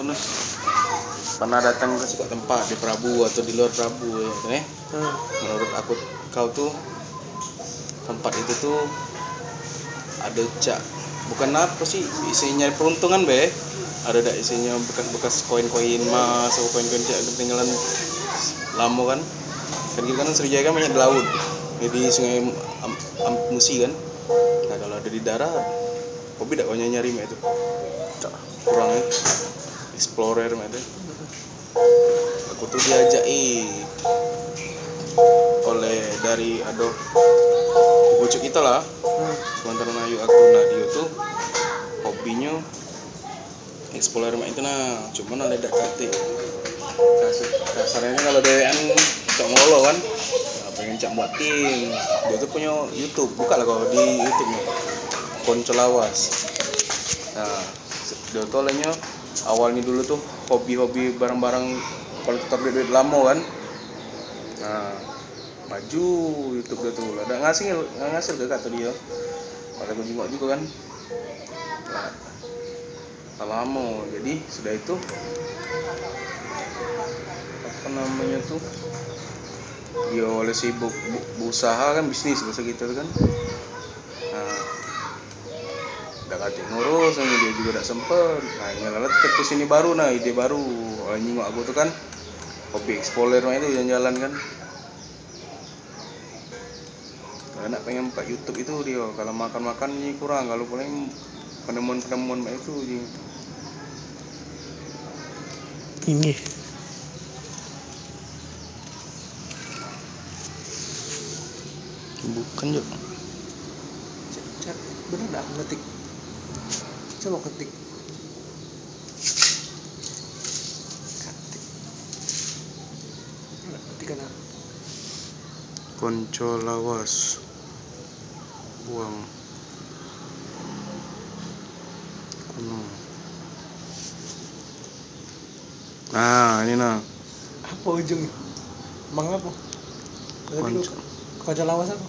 Nus pernah datang ke suatu tempat di Prabu atau di luar Prabu ya kan? Menurut aku kau tuh tempat itu tuh ada bukan apa sih isinya peruntungan ada isinya bekas-bekas koin-koin emas atau koin-koin ketinggalan lama kan gitu kan Sriwijaya kan banyak di laut di sungai Musi kan. Nah kalau ada di darat hobi tak kau nyari mak itu kurang explorer mak itu. Aku tuh diajak oleh dari bocok kita lah sementara ayu aku. Nah dia tuh hobinya explorer mak itu nah cuman ada kate kasarnya kalau dewean cok ngolo kan nah, pengen cak buat tim dia tuh punya YouTube buka lah kalau di YouTube nya Konco Lawas. Nah dia tuh awalnya dulu tuh hobi barang-barang kolektor duit lama kan. Nah maju YouTube dia tuh ada ngasih ke kata dia kalau gue jengok juga kan nah, lama jadi sudah itu apa namanya tuh dia oleh sibuk berusaha kan bisnis bahasa gitu kan. Nah udah katik ngurus dia juga udah sempet. Nah ini lalat ke sini baru nah ide baru oleh nyingok aku tuh kan hobi explorer itu jalan-jalan kan. Anak pengen buka YouTube itu dia kalau makan ini kurang kalau paling penemuan itu ini bukan yuk bener gak ngetik coba ketik kan Konco Lawas uang kuno. Nah ini nah apa ujungnya emang apa Konco Lawas apa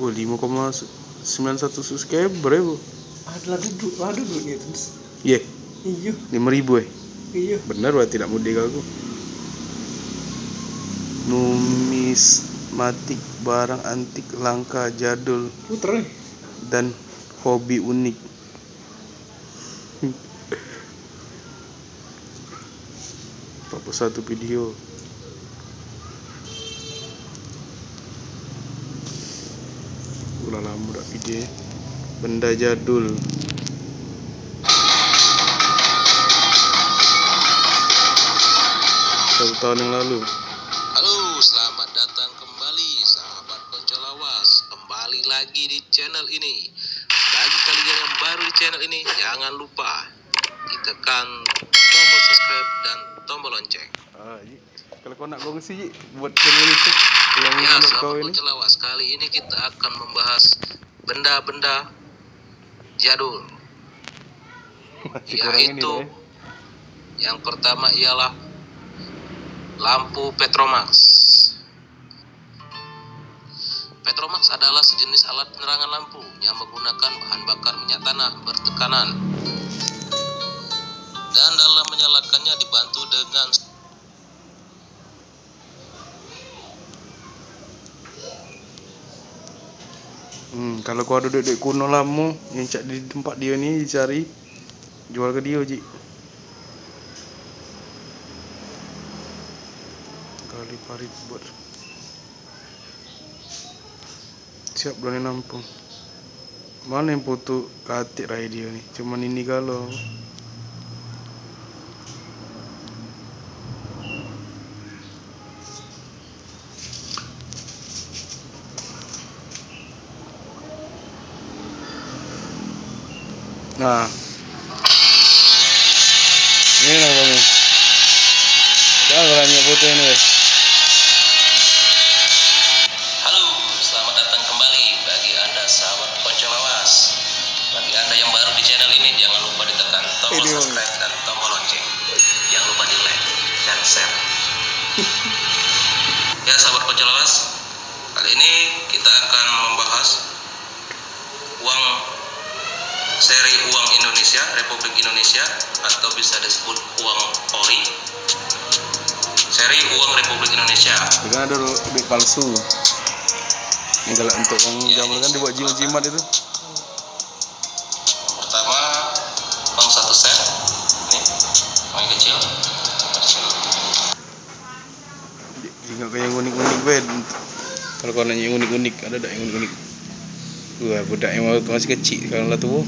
5,91 subscriber ya bu ada dulu gitu iya 5.000 iya bener wah tidak mudik aku numismatik barang antik langka jadul puter dan hobi unik. Satu video udah lama udah video benda jadul 1 tahun yang lalu. Halo, selamat datang kembali sahabat Konco Lawas. Kembali lagi di channel ini. Bagi kalian yang baru di channel ini, jangan lupa ditekan tombol subscribe dan tombol lonceng. Kalau kau nak kongsi buat channel YouTube yang ya, menurut sahabat kau ini. Konco Lawas, kali ini kita akan membahas benda-benda jadul. Yaitu yang pertama ialah lampu Petromax. Petromax adalah sejenis alat penerangan lampu yang menggunakan bahan bakar minyak tanah bertekanan. Dan dalam menyalakannya dibantu dengan kalau kau ada duit kuno lama yang cak di tempat dia ni dicari jual ke dia Ji. Kali parit buat siap berani nampung. Mana yang foto katik raya dia ni cuman ini kalau nah ini lah kamu jangan banyak foto ini Halo, selamat datang kembali bagi Anda sahabat Konco Lawas. Bagi Anda yang baru di channel ini, jangan lupa ditekan tombol subscribe dan tombol lonceng. Jangan lupa di like dan share. Ya sahabat Konco Lawas, kali ini kita akan membahas seri uang Indonesia, Republik Indonesia, atau bisa disebut uang Seri uang Republik Indonesia. Itu kan ada duit palsu. Ini kalau untuk uang zaman kan dibuat jimat-jimat itu. Yang pertama uang 1 sen. Ini uang kecil. Tinggal kayak yang unik-unik bed. Kalau kau nanya yang unik-unik, ada tak yang unik-unik? Wah, budak yang masih kecil kalau lah tu.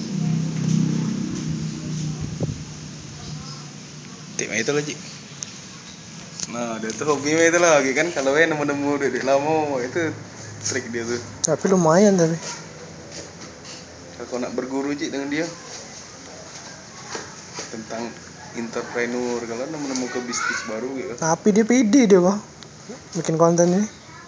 Tik mai itu lagi. Nah, dia tuh hobi mai itu lagi kan kalau nemu-nemu duit lama itu trik dia tuh. Tapi lumayan tapi. Kalau kau nak berguru cik dengan dia tentang entrepreneur, kalau nemu-nemu ke bisnis baru gitu. Tapi dia pede dia kok bikin konten ini.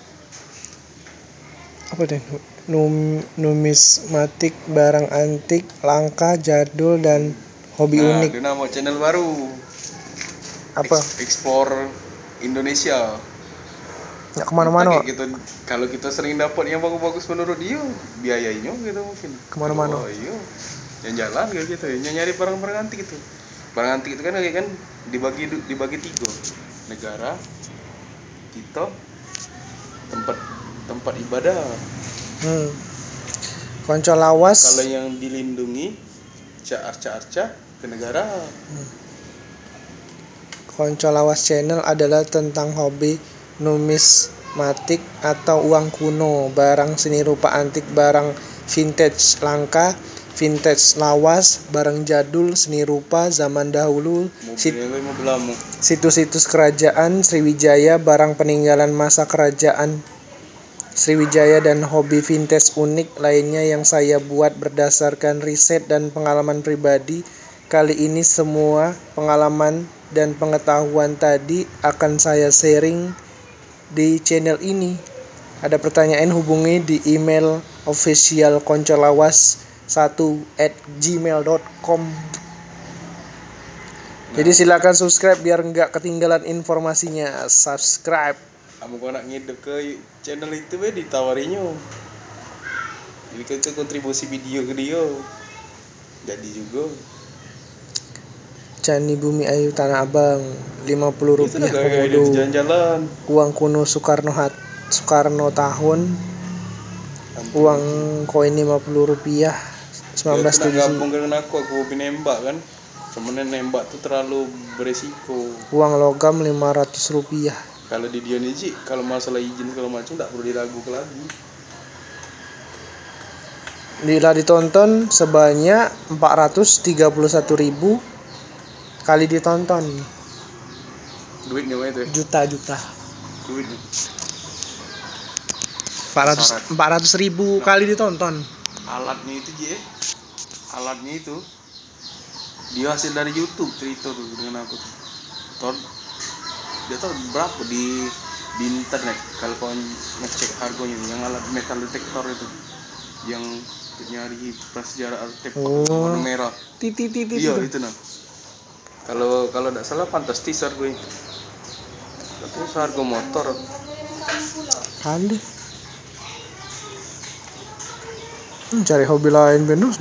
Apa deh? Numismatik, barang antik, langka, jadul dan hobi unik. Dia nama channel baru. Apa? Explore Indonesia. Nggak kemana-mana. Kita, gitu, kalau kita sering dapat yang bagus-bagus menurut dia, biayainya gitu mungkin. Kemana-mana. Oh iya, yang jalan kayak gitu, yang nyari barang-barang antik itu. Barang antik itu kan kayak kan dibagi 3, negara, kita, tempat ibadah. Konco lawas. Kalau yang dilindungi, arca ke negara. Konco lawas channel adalah tentang hobi numismatik atau uang kuno, barang seni rupa antik, barang vintage langka, vintage lawas, barang jadul seni rupa zaman dahulu, situs-situs kerajaan Sriwijaya, barang peninggalan masa kerajaan Sriwijaya dan hobi vintage unik lainnya yang saya buat berdasarkan riset dan pengalaman pribadi. Kali ini semua pengalaman dan pengetahuan tadi akan saya sharing di channel ini. Ada pertanyaan hubungi di email officialkoncolawas1@gmail.com. Jadi silakan subscribe biar nggak ketinggalan informasinya. Subscribe. Kamu kau nak ngidep ke channel itu ditawarinya. Jadi kita kontribusi video ke dia. Jadi juga. Candi Bumi Ayu Tanah Abang Rp50 komodo. Jalan-jalan. Uang kuno Soekarno tahun. Uang koin Rp50 1977. Gabung dengan aku hobi nembak kan. Cuman nembak tuh terlalu beresiko. Uang logam Rp500. Kalau di dia nih kalau masalah izin segala macam tak perlu diragukan lagi. Bila ditonton sebanyak 431.000 kali ditonton. Duitnya apa itu? Juta. Duitnya. 400.000 kali ditonton. Alatnya itu dia hasil dari YouTube cerita tuh dengan aku tuh. Dia tahu berapa di internet kalau kau ngecek harganya yang alat metal detektor itu yang nyari prasejarah artefak warna merah. Iya itu nah. Kalau tidak salah fantastis harganya. Tapi harga motor. Kali. Cari hobi lain benus.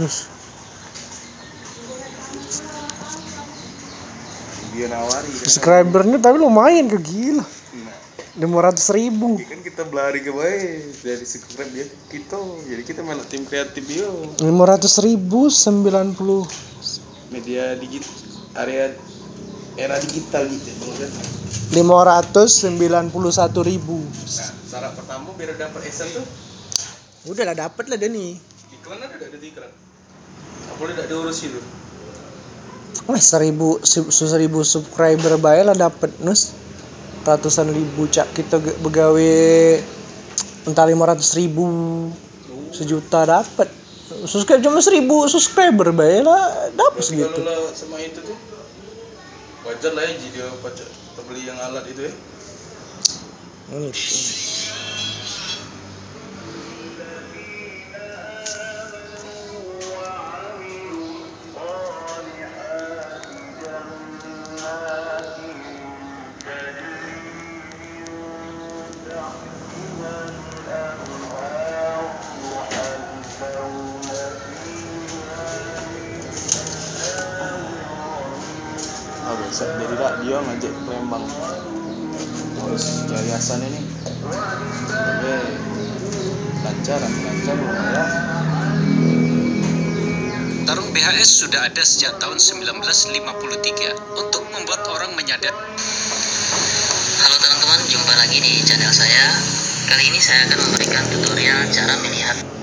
Dia nawari kan. Subscribernya tapi lumayan ke gila. 500.000. Kan kita berlari ke baik dari subscribe dia kita. Jadi kita malah tim kreatif dia. 500.000 90 media digital era digital gitu kan. 591.000. Syarat pertama biar dapat AdSense tuh Udah lah dapet lah dia nih. iklan ada iklan. Apa boleh tak diurus itu? 1.000 subscriber bae lah dapet nus. Ratusan ribu cak kita begawe entar 500.000 sejuta dapet. Subscribe cuma 1.000 subscriber bae lah dapet segitu. Kalau sama itu tuh wajar lah ya dia beli yang alat itu ya. Biasa jadi lah dia ngajak ke Palembang Harus yayasan ini sebagai lancar lumayan. Tarung BHS sudah ada sejak tahun 1953 untuk membuat orang menyadari. Halo teman-teman, jumpa lagi di channel saya. Kali ini saya akan memberikan tutorial cara melihat